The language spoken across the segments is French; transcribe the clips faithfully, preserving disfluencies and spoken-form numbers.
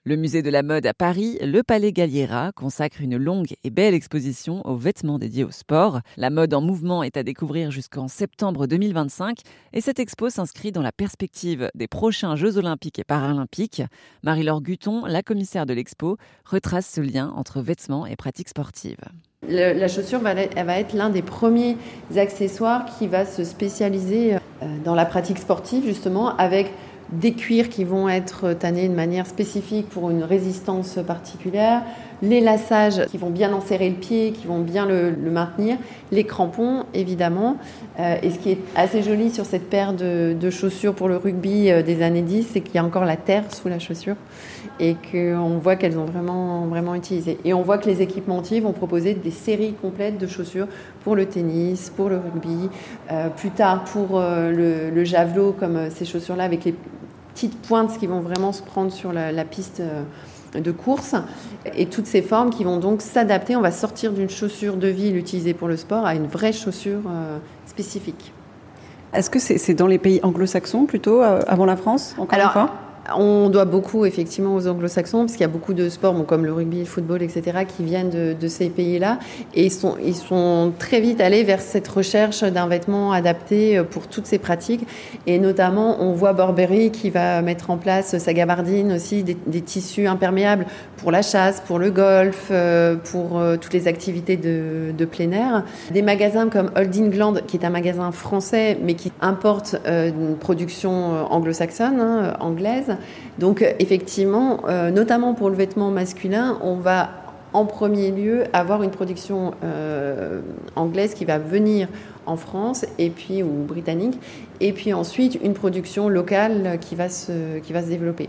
Le musée de la mode à Paris, le Palais Galliera, consacre une longue et belle exposition aux vêtements dédiés au sport. La mode en mouvement est à découvrir jusqu'en septembre deux mille vingt-cinq et cette expo s'inscrit dans la perspective des prochains Jeux olympiques et paralympiques. Marie-Laure Guton, la commissaire de l'expo, retrace ce lien entre vêtements et pratiques sportives. Le, la chaussure va, elle va être l'un des premiers accessoires qui va se spécialiser dans la pratique sportive, justement, avec des cuirs qui vont être tannés de manière spécifique pour une résistance particulière, les lassages qui vont bien enserrer le pied, qui vont bien le, le maintenir, les crampons évidemment. Euh, et ce qui est assez joli sur cette paire de, de chaussures pour le rugby des années dix, c'est qu'il y a encore la terre sous la chaussure et qu'on voit qu'elles ont vraiment, vraiment utilisé. Et on voit que les équipementiers vont proposer des séries complètes de chaussures pour le tennis, pour le rugby, euh, plus tard pour euh, le, le javelot, comme ces chaussures-là avec les petites pointes qui vont vraiment se prendre sur la, la piste de course, et toutes ces formes qui vont donc s'adapter. On va sortir d'une chaussure de ville utilisée pour le sport à une vraie chaussure euh, spécifique. Est-ce que c'est, c'est dans les pays anglo-saxons plutôt, euh, avant la France, encore Alors, une fois ? On doit beaucoup effectivement aux anglo-saxons parce qu'il y a beaucoup de sports bon, comme le rugby, le football, et cetera qui viennent de, de ces pays-là et ils sont, ils sont très vite allés vers cette recherche d'un vêtement adapté pour toutes ces pratiques et notamment on voit Burberry qui va mettre en place sa gabardine aussi, des, des tissus imperméables pour la chasse, pour le golf, pour toutes les activités de, de plein air. Des magasins comme Old England qui est un magasin français mais qui importe une production anglo-saxonne, hein, anglaise. Donc effectivement, euh, notamment pour le vêtement masculin, on va en premier lieu avoir une production euh, anglaise qui va venir en France et puis ou britannique, et puis ensuite une production locale qui va se qui va se développer.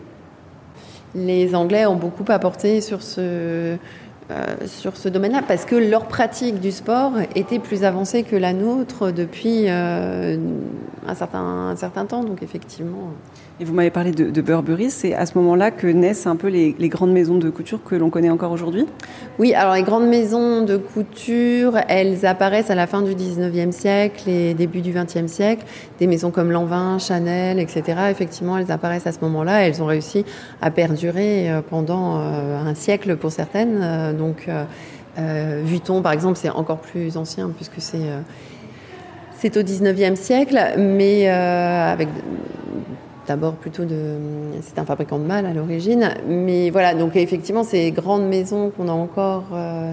Les Anglais ont beaucoup apporté sur ce Euh, sur ce domaine-là, parce que leur pratique du sport était plus avancée que la nôtre depuis euh, un, certain, un certain temps, donc effectivement. Et vous m'avez parlé de, de Burberry, c'est à ce moment-là que naissent un peu les, les grandes maisons de couture que l'on connaît encore aujourd'hui ? Oui, alors les grandes maisons de couture, elles apparaissent à la fin du dix-neuvième siècle et début du vingtième siècle. Des maisons comme Lanvin, Chanel, et cetera, effectivement, elles apparaissent à ce moment-là. Elles ont réussi à perdurer pendant un siècle pour certaines. Donc, euh, euh, Vuitton, par exemple, c'est encore plus ancien puisque c'est, euh, c'est au dix-neuvième siècle, mais euh, avec d'abord plutôt de... C'est un fabricant de malles à l'origine. Mais voilà, donc effectivement, ces grandes maisons qu'on a encore euh,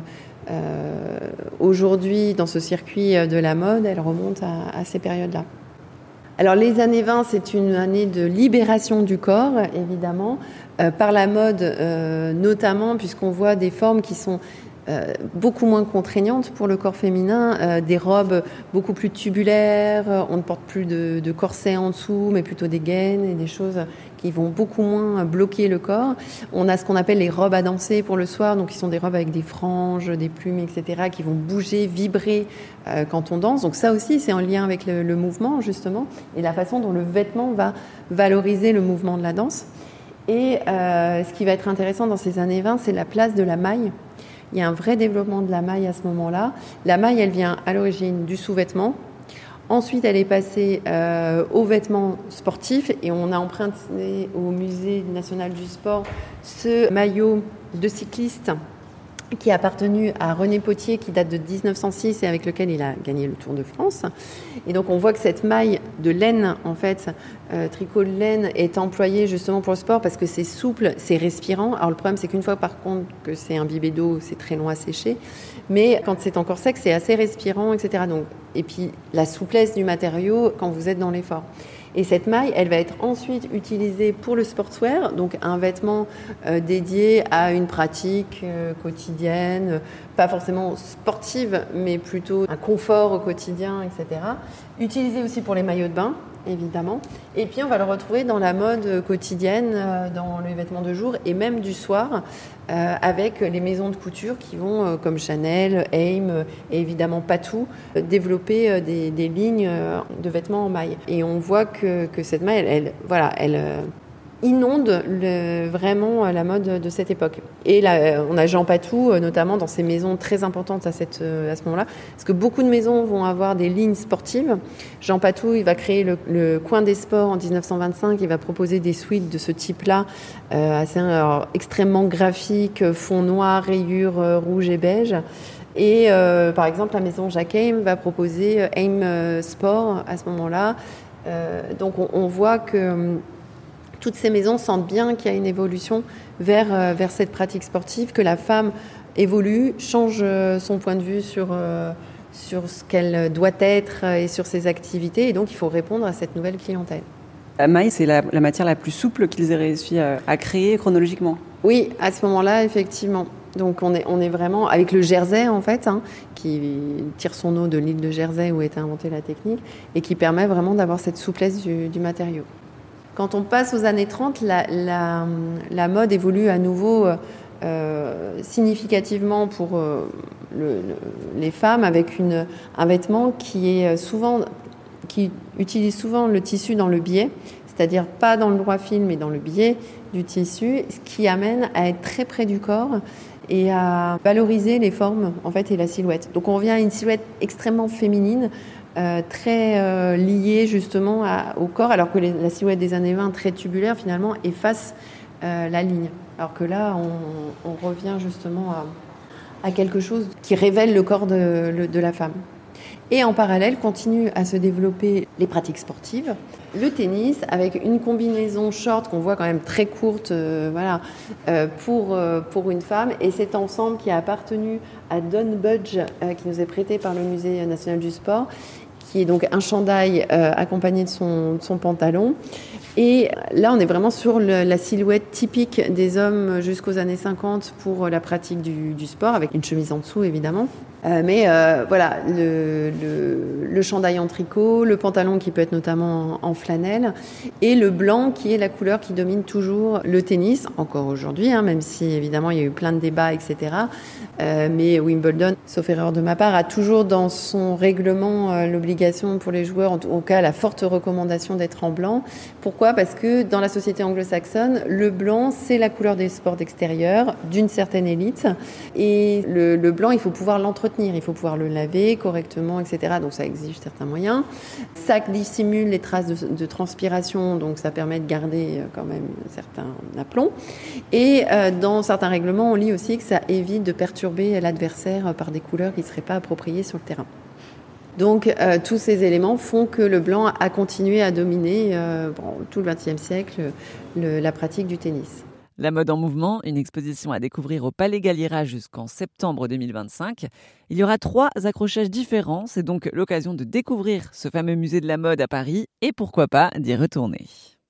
euh, aujourd'hui dans ce circuit de la mode, elles remontent à, à ces périodes-là. Alors les années vingt, c'est une année de libération du corps, évidemment, euh, par la mode euh, notamment, puisqu'on voit des formes qui sont euh, beaucoup moins contraignantes pour le corps féminin, euh, des robes beaucoup plus tubulaires, on ne porte plus de, de corset en dessous, mais plutôt des gaines et des choses qui vont beaucoup moins bloquer le corps. On a ce qu'on appelle les robes à danser pour le soir, donc qui sont des robes avec des franges, des plumes, et cetera, qui vont bouger, vibrer euh, quand on danse. Donc ça aussi, c'est en lien avec le, le mouvement, justement, et la façon dont le vêtement va valoriser le mouvement de la danse. Et euh, ce qui va être intéressant dans ces années vingt, c'est la place de la maille. Il y a un vrai développement de la maille à ce moment-là. La maille, elle vient à l'origine du sous-vêtement. Ensuite, elle est passée euh, aux vêtements sportifs et on a emprunté au Musée national du sport ce maillot de cycliste qui a appartenu à René Potier, qui date de dix-neuf cent six et avec lequel il a gagné le Tour de France. Et donc on voit que cette maille de laine, en fait, euh, tricot de laine, est employée justement pour le sport parce que c'est souple, c'est respirant. Alors le problème, c'est qu'une fois par contre que c'est imbibé d'eau, c'est très long à sécher. Mais quand c'est encore sec, c'est assez respirant, et cetera. Donc, et puis la souplesse du matériau quand vous êtes dans l'effort. Et cette maille, elle va être ensuite utilisée pour le sportswear, donc un vêtement euh, dédié à une pratique euh, quotidienne, pas forcément sportive, mais plutôt un confort au quotidien, et cetera. Utilisé aussi pour les maillots de bain, évidemment. Et puis on va le retrouver dans la mode quotidienne, euh, dans les vêtements de jour et même du soir, euh, avec les maisons de couture qui vont, euh, comme Chanel, Aim euh, et évidemment Patou, euh, développer euh, des, des lignes euh, de vêtements en maille. Et on voit que, que cette maille, elle, elle, voilà, elle, euh, inonde le, vraiment la mode de cette époque. Et là, on a Jean Patou, notamment dans ces maisons très importantes à, cette, à ce moment-là, parce que beaucoup de maisons vont avoir des lignes sportives. Jean Patou, il va créer le, le coin des sports en dix-neuf cent vingt-cinq, il va proposer des suites de ce type-là, euh, assez alors, extrêmement graphiques, fond noir, rayures euh, rouges et beige. Et euh, par exemple, la maison Jacques Heim va proposer euh, Heim euh, Sport à ce moment-là. Euh, donc on, on voit que euh, toutes ces maisons sentent bien qu'il y a une évolution vers, euh, vers cette pratique sportive, que la femme évolue, change euh, son point de vue sur, euh, sur ce qu'elle doit être et sur ses activités. Et donc il faut répondre à cette nouvelle clientèle. La maille, c'est la, la matière la plus souple qu'ils aient réussi à, à créer chronologiquement. Oui, à ce moment-là, effectivement. Donc on est, on est vraiment avec le jersey en fait, hein, qui tire son eau de l'île de Jersey où a été inventée la technique et qui permet vraiment d'avoir cette souplesse du, du matériau. Quand on passe aux années trente, la, la, la mode évolue à nouveau euh, significativement pour euh, le, le, les femmes avec une, un vêtement qui est souvent, qui utilise souvent le tissu dans le biais, c'est-à-dire pas dans le droit fil mais dans le biais du tissu, ce qui amène à être très près du corps et à valoriser les formes en fait et la silhouette. Donc on revient à une silhouette extrêmement féminine, euh, très euh, liée justement à, au corps, alors que les, la silhouette des années vingt, très tubulaire, finalement efface euh, la ligne. Alors que là, on, on revient justement à, à quelque chose qui révèle le corps de, le, de la femme. Et en parallèle, continuent à se développer les pratiques sportives. Le tennis, avec une combinaison short qu'on voit quand même très courte euh, voilà, euh, pour, euh, pour une femme. Et cet ensemble qui a appartenu à Don Budge, euh, qui nous est prêté par le Musée national du sport, qui est donc un chandail euh, accompagné de son, de son pantalon. Et là, on est vraiment sur le, la silhouette typique des hommes jusqu'aux années cinquante pour la pratique du, du sport, avec une chemise en dessous, évidemment. Euh, mais euh, voilà, le, le, le chandail en tricot, le pantalon qui peut être notamment en, en flanelle, et le blanc qui est la couleur qui domine toujours le tennis, encore aujourd'hui, hein, même si évidemment il y a eu plein de débats, et cetera. Euh, mais Wimbledon, sauf erreur de ma part, a toujours dans son règlement euh, l'obligation pour les joueurs, en tout cas la forte recommandation d'être en blanc. Pourquoi ? Parce que dans la société anglo-saxonne, le blanc, c'est la couleur des sports d'extérieur, d'une certaine élite. Et le, le blanc, il faut pouvoir l'entretenir, il faut pouvoir le laver correctement, et cetera. Donc ça exige certains moyens. Ça dissimule les traces de, de transpiration, donc ça permet de garder quand même certains aplomb. Et euh, dans certains règlements, on lit aussi que ça évite de perturber l'adversaire par des couleurs qui ne seraient pas appropriées sur le terrain. Donc euh, tous ces éléments font que le blanc a continué à dominer euh, bon, tout le vingtième siècle le, la pratique du tennis. La mode en mouvement, une exposition à découvrir au Palais Galliera jusqu'en septembre deux mille vingt-cinq. Il y aura trois accrochages différents, c'est donc l'occasion de découvrir ce fameux musée de la mode à Paris et pourquoi pas d'y retourner.